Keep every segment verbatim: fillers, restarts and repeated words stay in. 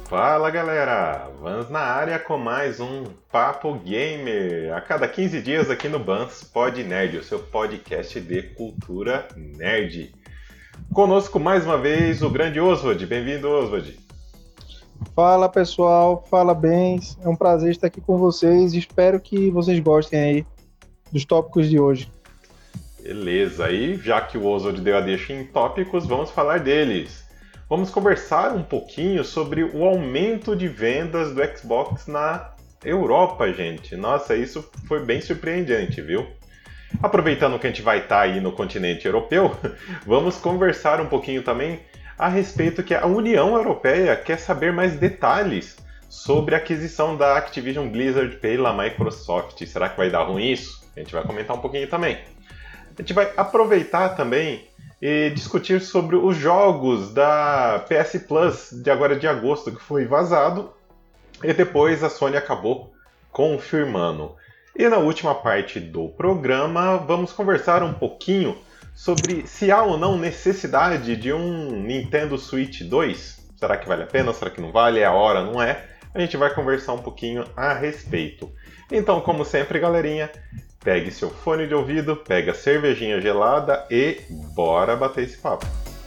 Fala galera, Vans na área com mais um Papo Gamer. A cada quinze dias aqui no Vans Pod Nerd, o seu podcast de cultura nerd. Conosco mais uma vez o grande Oswald. Bem-vindo, Oswald. Fala pessoal, fala bem, é um prazer estar aqui com vocês. Espero que vocês gostem aí dos tópicos de hoje. Beleza, aí já que o Oswald deu a deixa em tópicos, vamos falar deles. Vamos conversar um pouquinho sobre o aumento de vendas do Xbox na Europa, gente. Nossa, isso foi bem surpreendente, viu? Aproveitando que a gente vai estar aí no continente europeu, vamos conversar um pouquinho também a respeito que a União Europeia quer saber mais detalhes sobre a aquisição da Activision Blizzard pela Microsoft. Será que vai dar ruim isso? A gente vai comentar um pouquinho também. A gente vai aproveitar também e discutir sobre os jogos da P S Plus de agora de agosto que foi vazado e depois a Sony acabou confirmando. E na última parte do programa vamos conversar um pouquinho sobre se há ou não necessidade de um Nintendo Switch dois. Será que vale a pena? Será que não vale? É a hora? Não é? A gente vai conversar um pouquinho a respeito. Então, como sempre, galerinha, pegue seu fone de ouvido, pega a cervejinha gelada e bora bater esse papo.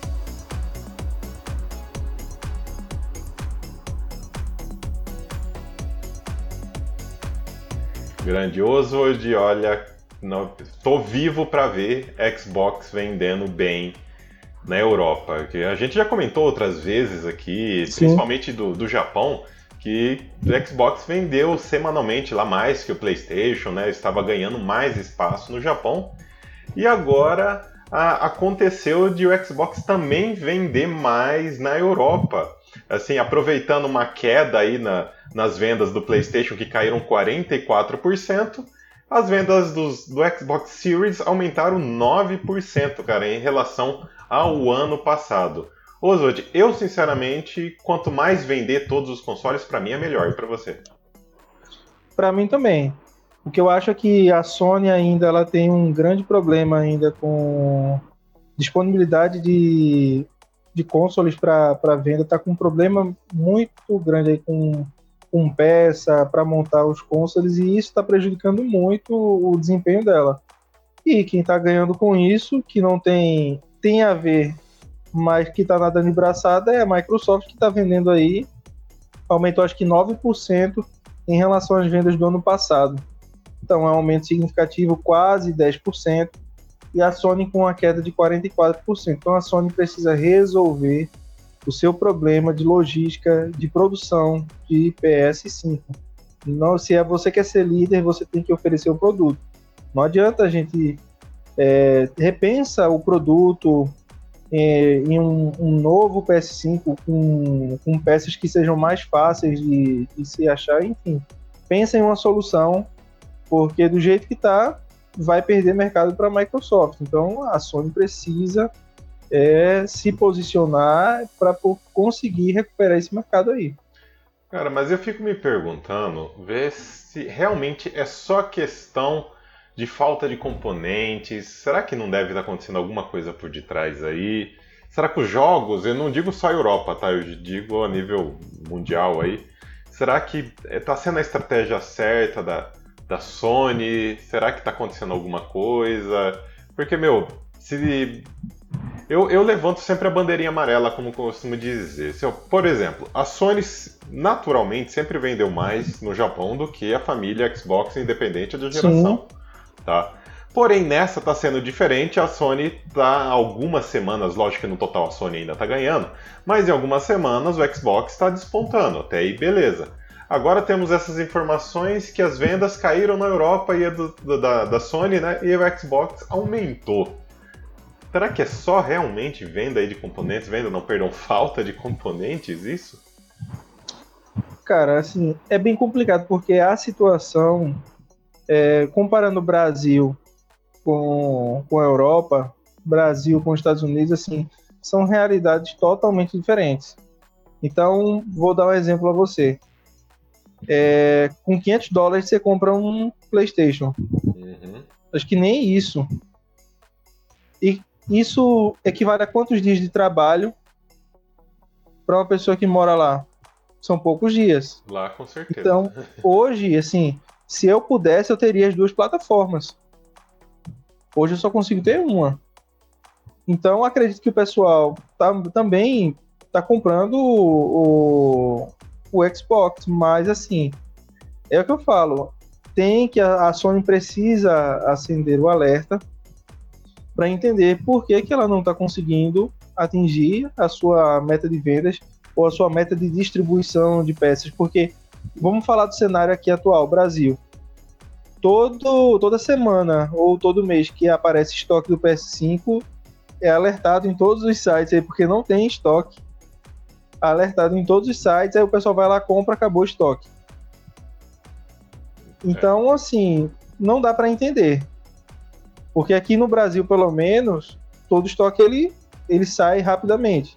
Grandioso hoje, olha, não, tô vivo para ver Xbox vendendo bem na Europa. Que a gente já comentou outras vezes aqui, Sim. principalmente do, do Japão, que o Xbox vendeu semanalmente lá mais que o PlayStation, né? Estava ganhando mais espaço no Japão. E agora a, aconteceu de o Xbox também vender mais na Europa. Assim, aproveitando uma queda aí na, nas vendas do PlayStation que caíram quarenta e quatro por cento, as vendas dos, do Xbox Series aumentaram nove por cento, cara, em relação ao ano passado. Oswald, eu sinceramente, quanto mais vender todos os consoles, pra mim é melhor. E pra você? Para mim também. O que eu acho é que a Sony ainda ela tem um grande problema ainda com disponibilidade de, de consoles para venda. Está com um problema muito grande aí com, com peça para montar os consoles e isso está prejudicando muito o desempenho dela. E quem está ganhando com isso, que não tem, tem a ver, mas que está nadando de braçada, é a Microsoft, que está vendendo aí, aumentou acho que nove por cento em relação às vendas do ano passado. Então é um aumento significativo, quase dez por cento, e a Sony com uma queda de quarenta e quatro por cento. Então a Sony precisa resolver o seu problema de logística, de produção de P S cinco. Não, se é você quer ser líder, você tem que oferecer o produto. Não adianta a gente é, repensa o produto é, em um, um novo P S cinco com, com peças que sejam mais fáceis de, de se achar, enfim. Pensa em uma solução, porque do jeito que está, vai perder mercado para a Microsoft. Então a Sony precisa é, se posicionar para conseguir recuperar esse mercado aí. Cara, mas eu fico me perguntando, ver se realmente é só questão de falta de componentes. Será que não deve estar acontecendo alguma coisa por detrás aí? Será que os jogos, eu não digo só a Europa, tá? Eu digo a nível mundial aí. Será que está sendo a estratégia certa da, da Sony? Será que está acontecendo alguma coisa? Porque, meu, se Eu, eu levanto sempre a bandeirinha amarela, como eu costumo dizer. Se eu- por exemplo, a Sony naturalmente sempre vendeu mais no Japão do que a família Xbox, independente da Sim, geração, tá? Porém, nessa tá sendo diferente, a Sony tá há algumas semanas, lógico que no total a Sony ainda tá ganhando, mas em algumas semanas o Xbox está despontando, até aí beleza. Agora temos essas informações que as vendas caíram na Europa e a do- do- da, da Sony, né? E o Xbox aumentou. Será que é só realmente venda aí de componentes? Venda, não, perdão, falta de componentes, isso? cara, assim, é bem complicado, porque a situação, é, comparando o Brasil com, com a Europa, Brasil com os Estados Unidos, assim, são realidades totalmente diferentes. Então, vou dar um exemplo a você. É, com quinhentos dólares você compra um PlayStation. Uhum. Acho que nem isso. E isso equivale a quantos dias de trabalho para uma pessoa que mora lá? são poucos dias. Lá, com certeza. Então, hoje, assim, se eu pudesse, eu teria as duas plataformas. Hoje eu só consigo ter uma. Então, acredito que o pessoal tá, também está comprando o, o, o Xbox, mas, assim, é o que eu falo, tem que a, a Sony precisa acender o alerta para entender por que, que ela não está conseguindo atingir a sua meta de vendas ou a sua meta de distribuição de peças, porque vamos falar do cenário aqui atual, Brasil. Todo, toda semana ou todo mês que aparece estoque do P S cinco é alertado em todos os sites aí, porque não tem estoque. Alertado em todos os sites, aí o pessoal vai lá, compra, acabou o estoque. Então, assim, não dá para entender. Porque aqui no Brasil, pelo menos, todo estoque ele, ele sai rapidamente.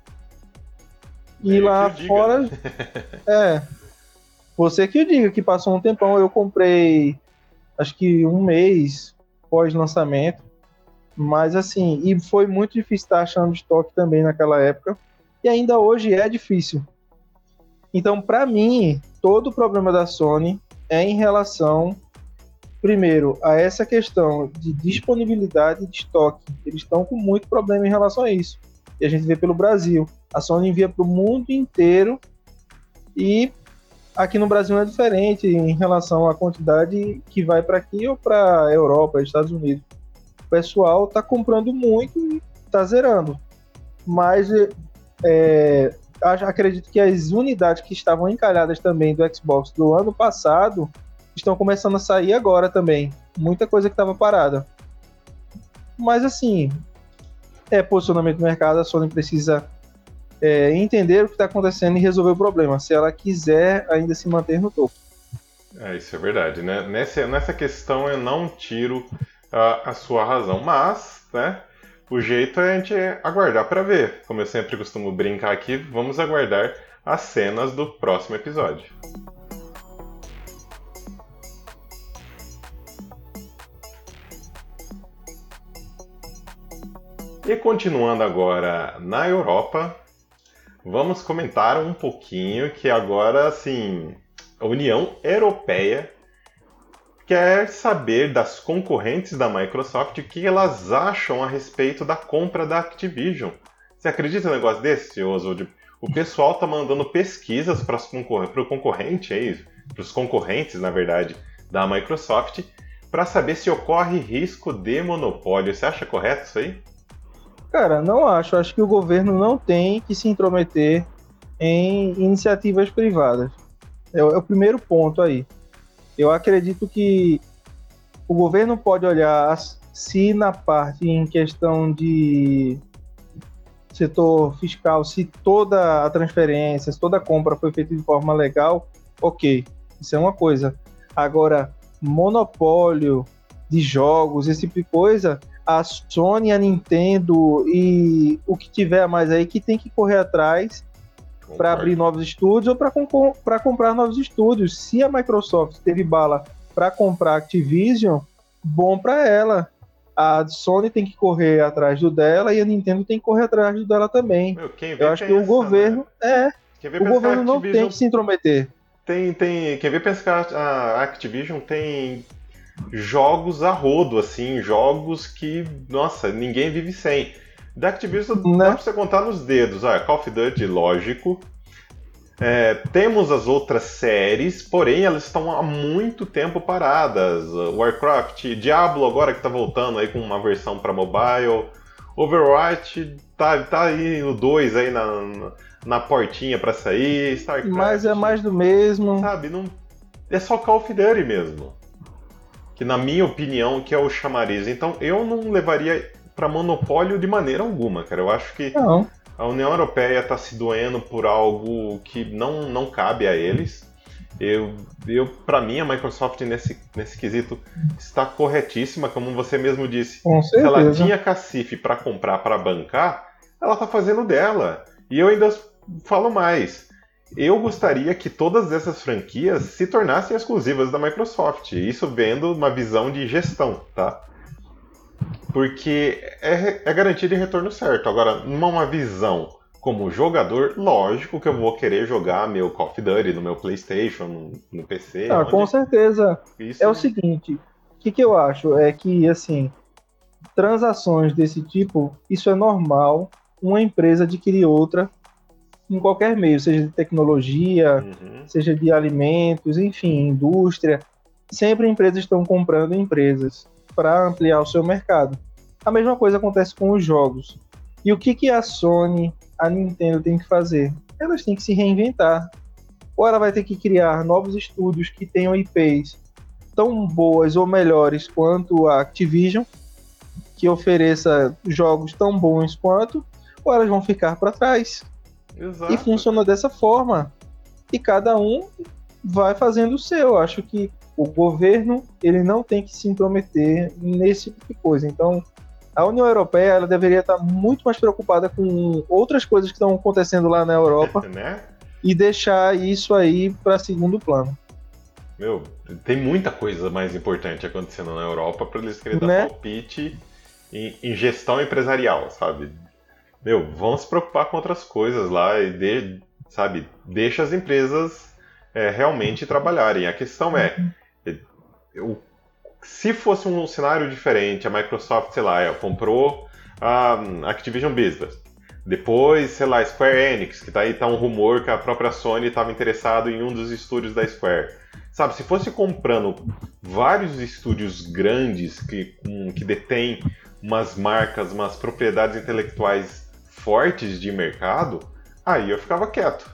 E é lá fora, diga, né? é, você que diga que passou um tempão, eu comprei, acho que um mês pós-lançamento, mas assim, e foi muito difícil estar achando estoque também naquela época, e ainda hoje é difícil. Então, para mim, todo o problema da Sony é em relação, primeiro, a essa questão de disponibilidade de estoque. Eles estão com muito problema em relação a isso. E a gente vê pelo Brasil. A Sony envia para o mundo inteiro e aqui no Brasil é diferente em relação à quantidade que vai para aqui ou para a Europa, Estados Unidos. O pessoal está comprando muito e está zerando. Mas é, acredito que as unidades que estavam encalhadas também do Xbox do ano passado estão começando a sair agora também. Muita coisa que estava parada. Mas assim, é posicionamento do mercado, a Sony precisa é, entender o que está acontecendo e resolver o problema, se ela quiser ainda se manter no topo. É, isso é verdade, né? Nessa, nessa questão eu não tiro a, a sua razão, mas, né, o jeito é a gente aguardar para ver. Como eu sempre costumo brincar aqui, vamos aguardar as cenas do próximo episódio. E continuando agora na Europa, vamos comentar um pouquinho que agora, assim, a União Europeia quer saber das concorrentes da Microsoft o que elas acham a respeito da compra da Activision. Você acredita num negócio desse, Oswald? O pessoal tá mandando pesquisas para o concorrente, é isso? Para os concorrentes, na verdade, da Microsoft, para saber se ocorre risco de monopólio. Você acha correto isso aí? Cara, não acho. Acho que o governo não tem que se intrometer em iniciativas privadas. É o, é o primeiro ponto aí. Eu acredito que o governo pode olhar se na parte em questão de setor fiscal, se toda a transferência, se toda a compra foi feita de forma legal, ok, isso é uma coisa. Agora, monopólio de jogos, esse tipo de coisa, a Sony, a Nintendo e o que tiver a mais aí que tem que correr atrás para abrir novos estúdios ou para concor- para comprar novos estúdios. Se a Microsoft teve bala para comprar Activision, bom para ela. A Sony tem que correr atrás do dela e a Nintendo tem que correr atrás do dela também. Meu, quem vê Eu acho pensa, que o governo né? é, Quem vê o pensa que a governo não Activision tem que se intrometer. Tem, tem, quem vê pensa que a Activision tem jogos a rodo, assim, jogos que, nossa, ninguém vive sem. Da Activision Né? dá pra você contar nos dedos. Ah, Call of Duty, lógico. É, temos as outras séries, porém elas estão há muito tempo paradas. Warcraft, Diablo agora que tá voltando aí com uma versão para mobile. Overwatch tá, tá aí no dois aí na, na, na portinha para sair. StarCraft. Mas é mais do mesmo. Sabe, não, é só Call of Duty mesmo. Que na minha opinião que é o chamariz. Então eu não levaria para monopólio de maneira alguma, cara. Eu acho que Não. a União Europeia está se doendo por algo que não, não cabe a eles. Eu, eu para mim, a Microsoft nesse, nesse quesito está corretíssima, como você mesmo disse. Com Se ela certeza. tinha cacife para comprar, para bancar, ela está fazendo dela. E eu ainda falo mais. Eu gostaria que todas essas franquias se tornassem exclusivas da Microsoft. Isso vendo uma visão de gestão, tá? Porque é, é garantia de retorno certo. Agora, numa uma visão como jogador, lógico que eu vou querer jogar meu Call of Duty no meu PlayStation, no, no P C. Ah, onde com certeza. É o isso. seguinte, o que, que eu acho? É que, assim, transações desse tipo, isso é normal, uma empresa adquirir outra em qualquer meio, seja de tecnologia, Uhum, seja de alimentos, enfim, indústria. Sempre empresas estão comprando empresas para ampliar o seu mercado. A mesma coisa acontece com os jogos. E o que, que a Sony, a Nintendo tem que fazer? Elas têm que se reinventar. Ou ela vai ter que criar novos estúdios que tenham I Ps tão boas ou melhores quanto a Activision, que ofereça jogos tão bons quanto, ou elas vão ficar para trás. E exato, funciona cara. dessa forma. E cada um vai fazendo o seu. Acho que o governo ele não tem que se intrometer nesse tipo de coisa. Então, a União Europeia ela deveria estar muito mais preocupada com outras coisas que estão acontecendo lá na Europa Né? e deixar isso aí para segundo plano, Meu, tem muita coisa mais importante acontecendo na Europa para eles quererem dar né? palpite em, em gestão empresarial, sabe? Meu, vão se preocupar com outras coisas lá e, de, sabe, deixa as empresas é, realmente trabalharem. A questão é, é, eu, se fosse um cenário diferente, a Microsoft, sei lá, ela comprou a Activision Blizzard. Depois, sei lá, Square Enix, que tá aí tá um rumor que a própria Sony estava interessado em um dos estúdios da Square. Sabe, se fosse comprando vários estúdios grandes que, um, que detêm umas marcas, umas propriedades intelectuais fortes de mercado, aí eu ficava quieto.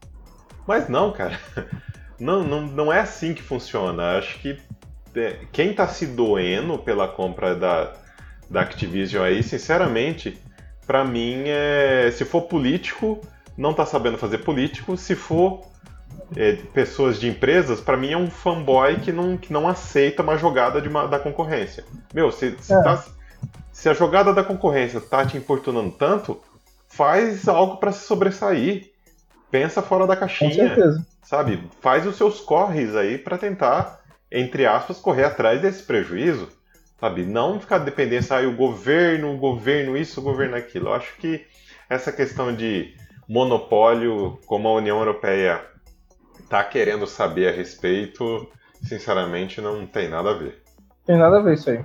Mas não, cara. Não, não, não é assim que funciona. Acho que é, quem está se doendo pela compra da, da Activision aí, sinceramente, para mim, é, se for político, não está sabendo fazer político. Se for é, pessoas de empresas, para mim é um fanboy que não, que não aceita uma jogada de uma, da concorrência. Meu, se, se, É, tá, se a jogada da concorrência tá te importunando tanto, faz algo para se sobressair. Pensa fora da com caixinha, certeza. sabe? Faz os seus corres aí para tentar, entre aspas, correr atrás desse prejuízo, sabe? Não ficar dependendo, ah, o governo, o governo isso, o governo aquilo. Eu acho que essa questão de monopólio, como a União Europeia está querendo saber a respeito, sinceramente não tem nada a ver. Tem nada a ver isso aí.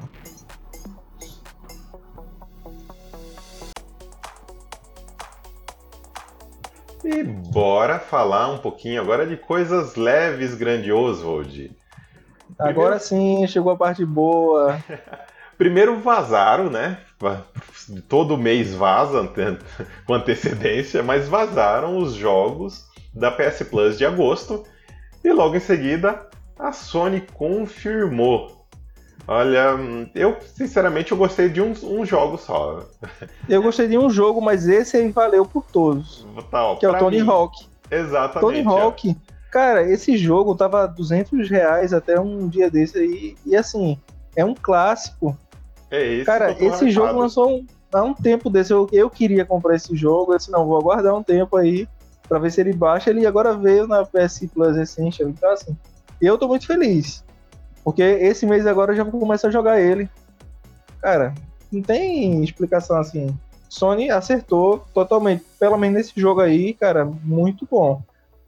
E bora falar um pouquinho agora de coisas leves, Grandioso. Primeiro, Agora sim, chegou a parte boa. primeiro vazaram, né? Todo mês vaza com antecedência, mas vazaram os jogos da P S Plus de agosto e logo em seguida a Sony confirmou. Olha, eu sinceramente eu gostei de um, um jogo só. Eu gostei de um jogo, mas esse aí valeu por todos, Tá, ó, que é o pra Tony mim, Hawk. Tony exatamente. Ó. Hawk, cara, esse jogo tava duzentos reais até um dia desse aí, e assim, é um clássico. É esse que Cara, eu tô esse jogo hypado. lançou um- há um tempo desse, eu, eu queria comprar esse jogo, eu disse, não, vou aguardar um tempo aí, pra ver se ele baixa, ele agora veio na P S Plus Essential, então assim, eu tô muito feliz, porque esse mês agora eu já vou começar a jogar ele. Cara, não tem explicação assim. Sony acertou totalmente. Pelo menos nesse jogo aí, cara, muito bom.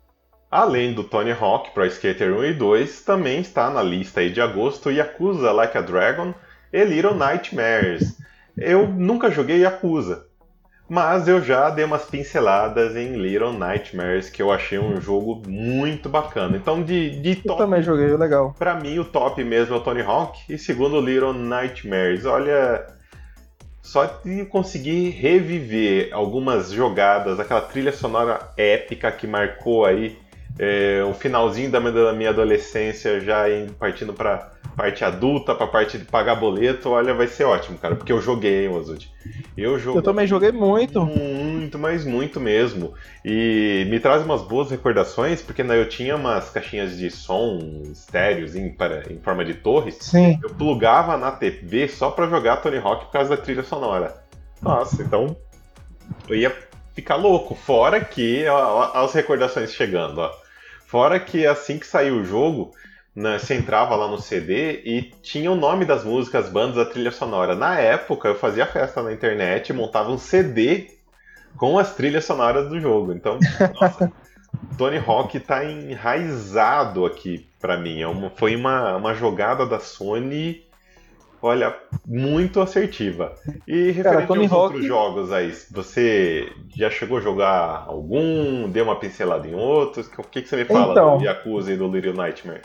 Além do Tony Hawk Pro Skater um e dois, também está na lista aí de agosto Yakuza Like a Dragon e Little Nightmares. Eu nunca joguei Yakuza, mas eu já dei umas pinceladas em Little Nightmares, que eu achei um jogo muito bacana. Então, de, de Eu também top, joguei, legal. pra mim o top mesmo é o Tony Hawk, e segundo Little Nightmares. Olha, só de conseguir reviver algumas jogadas, aquela trilha sonora épica que marcou aí é, o finalzinho da minha, da minha adolescência, já indo, partindo pra parte adulta, pra parte de pagar boleto, olha, vai ser ótimo, cara, porque eu joguei, Ozud. Eu Eu também joguei joguei muito. muito, mas muito mesmo. E me traz umas boas recordações, porque né, eu tinha umas caixinhas de som estéreos em, para, em forma de torres. Sim, Eu plugava na T V só pra jogar Tony Hawk por causa da trilha sonora. Nossa, então eu ia ficar louco. Fora que, ó, ó, as recordações chegando, ó. Fora que assim que saiu o jogo, né, você entrava lá no C D e tinha o nome das músicas, bandas, a trilha sonora. Na época eu fazia festa na internet, montava um C D com as trilhas sonoras do jogo. Então, nossa, Tony Hawk tá enraizado aqui pra mim. É uma, foi uma, uma jogada da Sony, olha, muito assertiva. E Cara, referente Tony aos outros Hawk, jogos aí, você já chegou a jogar algum? Deu uma pincelada em outros? O que, que você me fala do então, Yakuza e do Little Nightmares?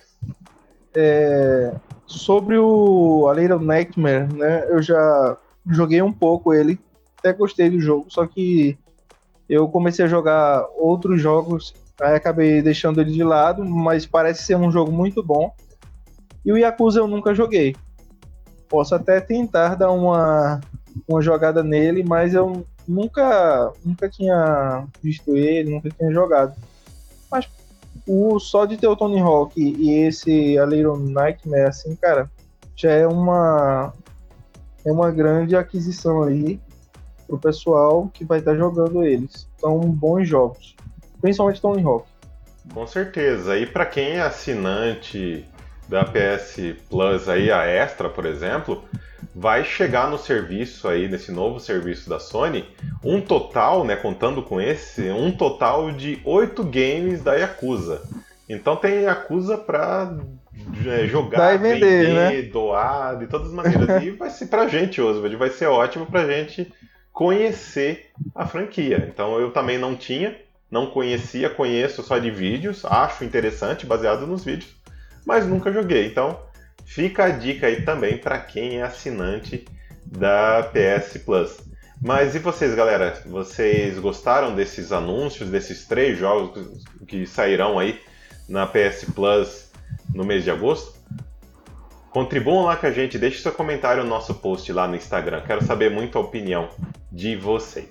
sobre o A Little Nightmare, né? Eu já joguei um pouco ele, até gostei do jogo, só que eu comecei a jogar outros jogos, aí acabei deixando ele de lado, mas parece ser um jogo muito bom. E o Yakuza eu nunca joguei. Posso até tentar dar uma, uma jogada nele, mas eu nunca, nunca tinha visto ele, nunca tinha jogado. Mas o só de ter o Tony Hawk e esse A Little Nightmare, assim, cara, já é uma, é uma grande aquisição aí pro pessoal que vai estar jogando eles. São bons jogos, principalmente Tony Hawk. Com certeza. E para quem é assinante da P S Plus aí, a Extra, por exemplo, vai chegar no serviço aí, nesse novo serviço da Sony, um total, né, contando com esse, um total de oito games da Yakuza. Então tem Yakuza para Dá jogar, e vender, vender, né? doar, de todas as maneiras. E vai ser pra gente, Oswald, vai ser ótimo pra gente conhecer a franquia. Então eu também não tinha, não conhecia, conheço só de vídeos, acho interessante, baseado nos vídeos, mas nunca joguei. Então fica a dica aí também para quem é assinante da P S Plus. Mas e vocês, galera? Vocês gostaram desses anúncios, desses três jogos que sairão aí na P S Plus no mês de agosto? Contribuam lá com a gente, deixe seu comentário no nosso post lá no Instagram. Quero saber muito a opinião de vocês.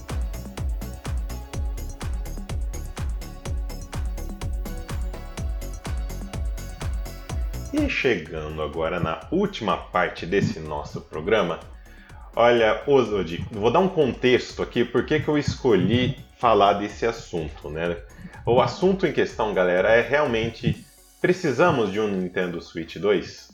E chegando agora na última parte desse nosso programa, olha, Oswald, vou dar um contexto aqui, por que que eu escolhi falar desse assunto, né? O assunto em questão, galera, é realmente precisamos de um Nintendo Switch dois?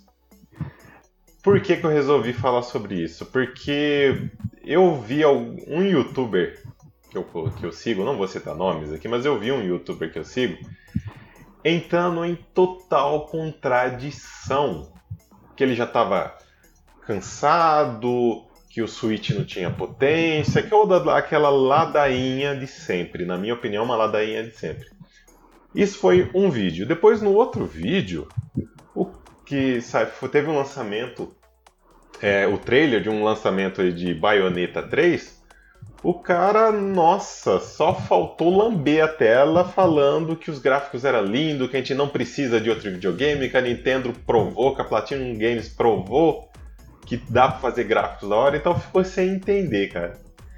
Por que que eu resolvi falar sobre isso? Porque eu vi um youtuber que eu, que eu sigo, não vou citar nomes aqui, mas eu vi um youtuber que eu sigo entrando em total contradição. Que ele já estava cansado, que o Switch não tinha potência, que é aquela ladainha de sempre. Na minha opinião, uma ladainha de sempre. Isso foi um vídeo. Depois, no outro vídeo, o que sabe, teve um lançamento, é, o trailer de um lançamento de Bayonetta três, o cara, nossa, só faltou lamber a tela falando que os gráficos eram lindos, que a gente não precisa de outro videogame, que a Nintendo provou, que a Platinum Games provou que dá pra fazer gráficos da hora, então ficou sem entender, cara.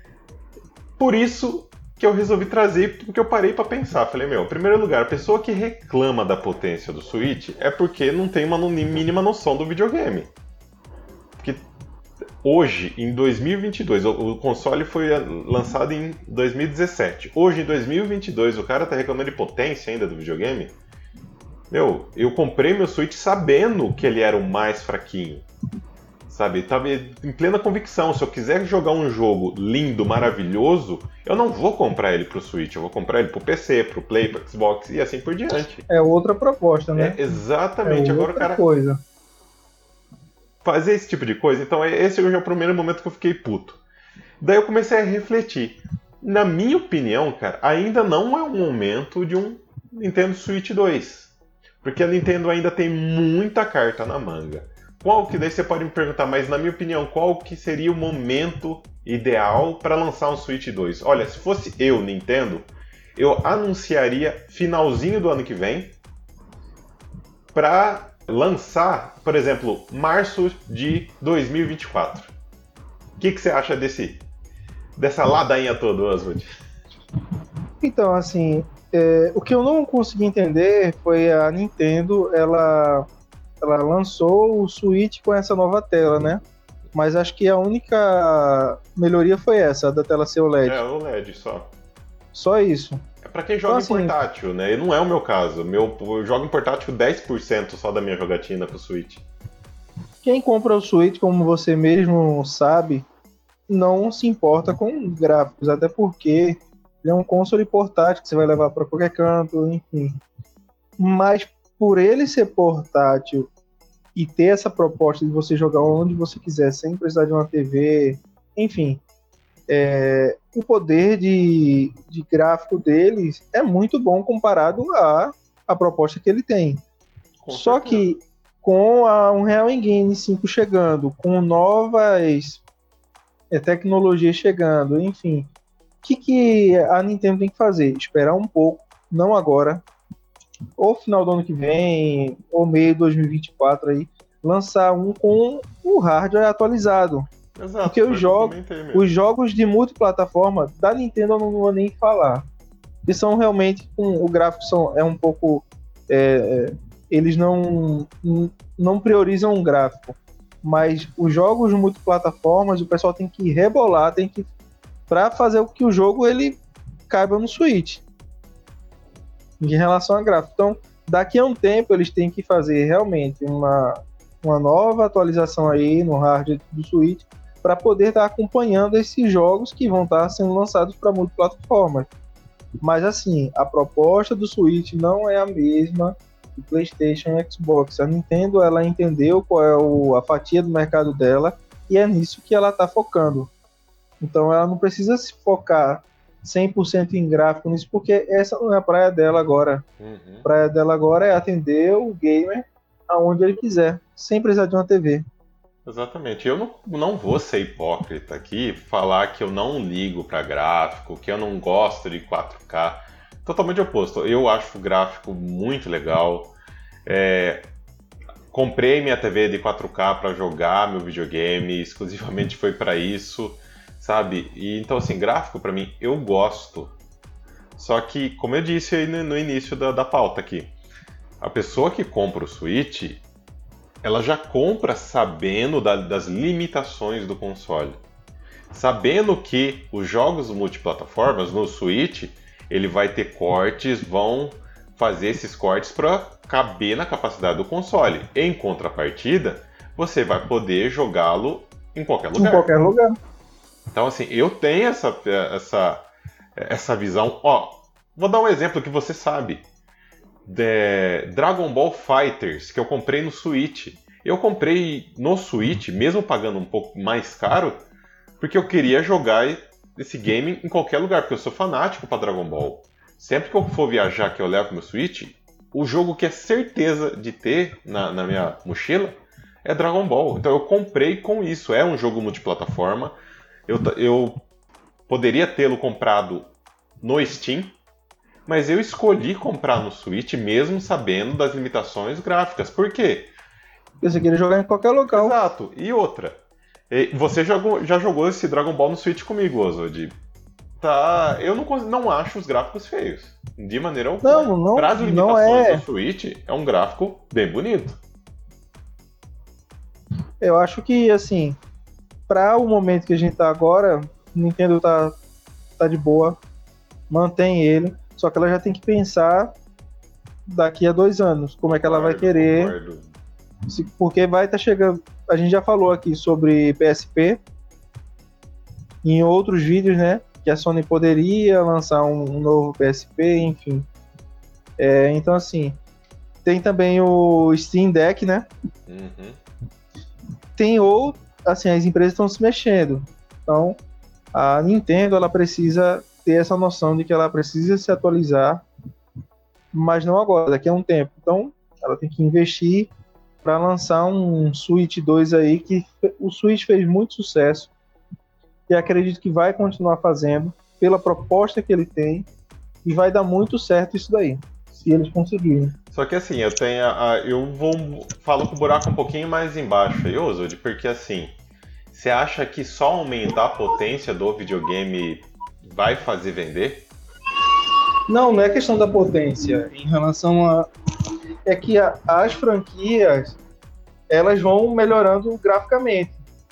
Por isso que eu resolvi trazer, porque eu parei pra pensar. Falei, meu, em primeiro lugar, a pessoa que reclama da potência do Switch é porque não tem uma mínima noção do videogame. Porque hoje, em dois mil e vinte e dois, o console foi lançado em dois mil e dezessete. Hoje, em dois mil e vinte e dois, o cara tá reclamando de potência ainda do videogame? Meu, eu comprei meu Switch sabendo que ele era o mais fraquinho. Sabe, tava em plena convicção. Se eu quiser jogar um jogo lindo, maravilhoso, eu não vou comprar ele pro Switch, eu vou comprar ele pro P C, pro Play, pro Xbox e assim por diante. É outra proposta, né? É, exatamente. É Agora o outra cara coisa. fazer esse tipo de coisa. Então esse já é o primeiro momento que eu fiquei puto. Daí eu comecei a refletir. Na minha opinião, cara, ainda não é o momento de um Nintendo Switch dois. Porque a Nintendo ainda tem muita carta na manga. Qual que, daí você pode me perguntar, mas na minha opinião, qual que seria o momento ideal para lançar um Switch dois? Olha, se fosse eu, Nintendo, eu anunciaria finalzinho do ano que vem para lançar, por exemplo, março de dois mil e vinte e quatro. O que, que você acha desse, dessa ladainha toda, Oswald? Então, assim, é, o que eu não consegui entender foi a Nintendo, ela, ela lançou o Switch com essa nova tela, né? Mas acho que a única melhoria foi essa, da tela ser O L E D. É, o L E D só. Só isso. É pra quem joga Então, em assim, portátil, né? E não é o meu caso. Meu, eu jogo em portátil dez por cento só da minha jogatina pro Switch. quem compra o Switch, como você mesmo sabe, não se importa com gráficos, até porque ele é um console portátil que você vai levar para qualquer canto, enfim. Mas por ele ser portátil e ter essa proposta de você jogar onde você quiser, sem precisar de uma T V, enfim, é, o poder de, de gráfico deles é muito bom comparado à, à proposta que ele tem. Com Só certeza. que com a Unreal Engine cinco chegando, com novas é, tecnologias chegando, enfim, o que, que a Nintendo tem que fazer? Esperar um pouco, não agora, ou final do ano que vem, ou meio de dois mil e vinte e quatro aí, lançar um com o hardware atualizado. Exato, Porque foi os o que eu jogos, comentei mesmo. os jogos de multiplataforma da Nintendo eu não vou nem falar. Eles são realmente, um, o gráfico são, é um pouco... É, é, eles não, não priorizam o gráfico. Mas os jogos multiplataformas, o pessoal tem que rebolar, tem que... para fazer o que o jogo ele caiba no Switch. Em relação a gráfico. Então, daqui a um tempo, eles têm que fazer realmente uma, uma nova atualização aí no hardware do Switch para poder estar tá acompanhando esses jogos que vão estar tá sendo lançados para multiplataformas. Mas assim, a proposta do Switch não é a mesma do PlayStation e Xbox. A Nintendo, ela entendeu qual é o, a fatia do mercado dela e é nisso que ela está focando. Então ela não precisa se focar cem por cento em gráfico nisso, porque essa não é a praia dela agora. Uhum. A praia dela agora é atender o gamer aonde ele quiser, sem precisar de uma T V. Exatamente. Eu não, não vou ser hipócrita aqui, falar que eu não ligo para gráfico, que eu não gosto de quatro K. Totalmente oposto. Eu acho o gráfico muito legal. É, comprei minha T V de quatro K para jogar meu videogame, exclusivamente foi para isso, sabe? E então assim, gráfico para mim eu gosto. Só que, como eu disse aí no, no início da, da pauta aqui, a pessoa que compra o Switch, ela já compra sabendo da, das limitações do console. Sabendo que os jogos multiplataformas no Switch, ele vai ter cortes, vão fazer esses cortes para caber na capacidade do console. Em contrapartida, você vai poder jogá-lo em qualquer lugar. Em qualquer lugar. Então, assim, eu tenho essa, essa, essa visão. Ó, vou dar um exemplo que você sabe. The Dragon Ball Fighters, que eu comprei no Switch. Eu comprei no Switch, mesmo pagando um pouco mais caro, porque eu queria jogar esse game em qualquer lugar, porque eu sou fanático para Dragon Ball. Sempre que eu for viajar, que eu levo meu Switch, o jogo que é certeza de ter na, na minha mochila é Dragon Ball. Então eu comprei com isso. É um jogo multiplataforma. Eu, eu poderia tê-lo comprado no Steam, mas eu escolhi comprar no Switch mesmo sabendo das limitações gráficas. Por quê? Você queria jogar em qualquer local. Exato. E outra, você jogou, já jogou esse Dragon Ball no Switch comigo, Oswald. Tá, eu não, não acho os gráficos feios. De maneira alguma. Não, não, Para as não limitações é. do Switch, é um gráfico bem bonito. Eu acho que, assim, para o momento que a gente tá agora, o Nintendo tá, tá de boa, mantém ele, só que ela já tem que pensar daqui a dois anos, como é que ela vai querer, Concordo. se, porque vai estar tá chegando, a gente já falou aqui sobre P S P, em outros vídeos, né, que a Sony poderia lançar um, um novo P S P, enfim. É, então, assim, tem também o Steam Deck, né, Uhum. tem outro, assim, as empresas estão se mexendo. Então, a Nintendo, ela precisa ter essa noção de que ela precisa se atualizar, mas não agora, daqui a um tempo. Então, ela tem que investir para lançar um Switch dois aí, que o Switch fez muito sucesso, e acredito que vai continuar fazendo, pela proposta que ele tem, e vai dar muito certo isso daí, se eles conseguirem. Só que assim, eu tenho. A, eu vou. Falo com o buraco um pouquinho mais embaixo aí, Oswald, porque assim. Você acha que só aumentar a potência do videogame vai fazer vender? Não, não é questão da potência. Em relação a. É que a, as franquias elas vão melhorando graficamente.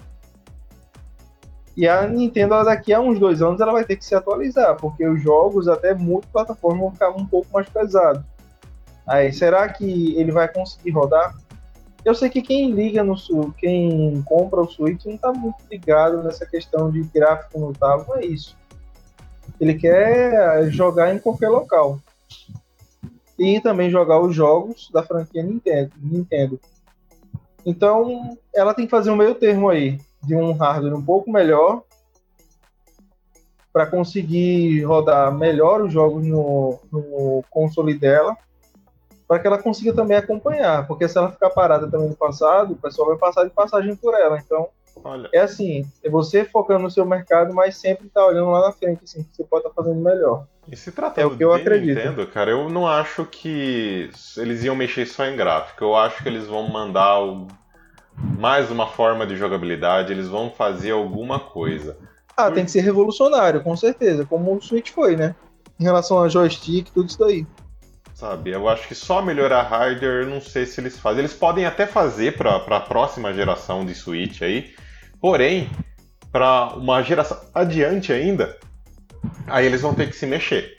E a Nintendo, ela, daqui a uns dois anos, ela vai ter que se atualizar, porque os jogos, até multiplataforma, vão ficar um pouco mais pesados. Aí, será que ele vai conseguir rodar? Eu sei que quem liga no Switch, quem compra o Switch não tá muito ligado nessa questão de gráfico notável, não é isso. Ele quer jogar em qualquer local. E também jogar os jogos da franquia Nintendo. Nintendo. Então, ela tem que fazer um meio termo aí, de um hardware um pouco melhor, para conseguir rodar melhor os jogos no, no console dela, para que ela consiga também acompanhar, porque se ela ficar parada também no passado, o pessoal vai passar de passagem por ela. Então, Olha, é assim, é você focando no seu mercado, mas sempre tá olhando lá na frente, assim, que você pode estar fazendo melhor. e se É o tratando que eu de acredito. Nintendo, cara, eu não acho que eles iam mexer só em gráfico. Eu acho que eles vão mandar o- mais uma forma de jogabilidade, eles vão fazer alguma coisa. Ah, Por- tem que ser revolucionário, com certeza, como o Switch foi, né? Em relação a joystick, tudo isso daí. Sabe, eu acho que só melhorar hardware, eu não sei se eles fazem. Eles podem até fazer para a próxima geração de Switch aí, porém, para uma geração adiante ainda, aí eles vão ter que se mexer.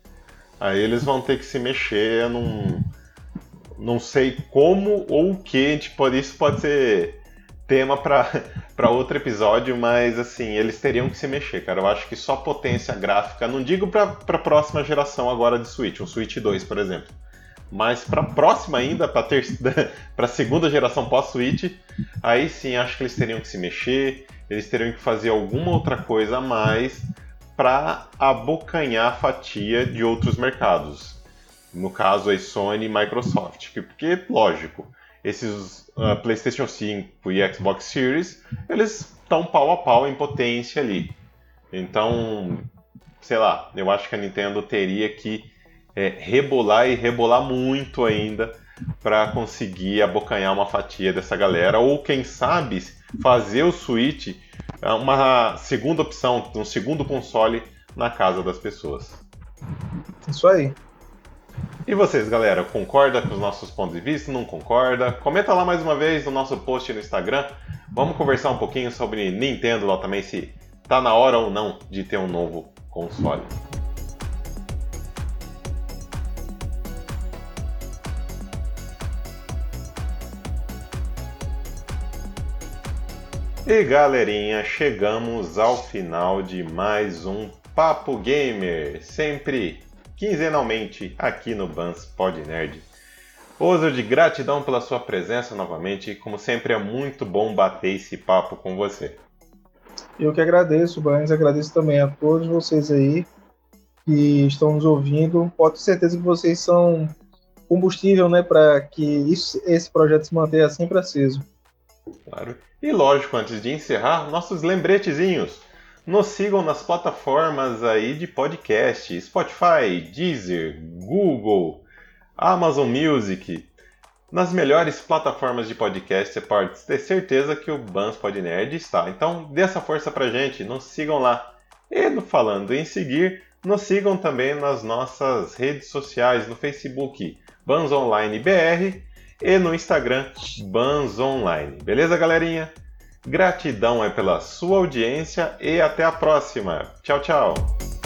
Aí eles vão ter que se mexer, eu não, não sei como ou o que, tipo, isso pode ser tema para para outro episódio, mas assim, eles teriam que se mexer, cara. Eu acho que só potência gráfica, não digo para a próxima geração agora de Switch, um Switch dois, por exemplo. Mas para a próxima ainda, para ter... a segunda geração pós-Switch, aí sim acho que eles teriam que se mexer, eles teriam que fazer alguma outra coisa a mais para abocanhar a fatia de outros mercados. No caso, aí Sony e Microsoft. Porque, lógico, esses uh, PlayStation cinco e Xbox Series, eles estão pau a pau em potência ali. Então, sei lá, eu acho que a Nintendo teria que é, rebolar e rebolar muito ainda para conseguir abocanhar uma fatia dessa galera, ou quem sabe fazer o Switch uma segunda opção, um segundo console na casa das pessoas. Isso aí. E vocês, galera, concorda com os nossos pontos de vista? Não concorda? Comenta lá mais uma vez no nosso post no Instagram. Vamos conversar um pouquinho sobre Nintendo lá também, se tá na hora ou não de ter um novo console. E galerinha, chegamos ao final de mais um Papo Gamer, sempre quinzenalmente aqui no Bans Pod Nerd. Oso de gratidão pela sua presença novamente, como sempre é muito bom bater esse papo com você. Eu que agradeço, Banes, agradeço também a todos vocês aí que estão nos ouvindo. Pode ter certeza que vocês são combustível, né, para que isso, esse projeto se mantenha sempre aceso. Claro. E lógico, antes de encerrar, nossos lembretezinhos. Nos sigam nas plataformas aí de podcast, Spotify, Deezer, Google, Amazon Music. Nas melhores plataformas de podcast, você pode ter certeza que o Bans Pod Nerd está. Então, dê essa força pra gente, nos sigam lá. E falando em seguir, nos sigam também nas nossas redes sociais, no Facebook, Bans Online B R, e no Instagram, Bans Online. Beleza, galerinha? Gratidão é pela sua audiência e até a próxima. Tchau, tchau!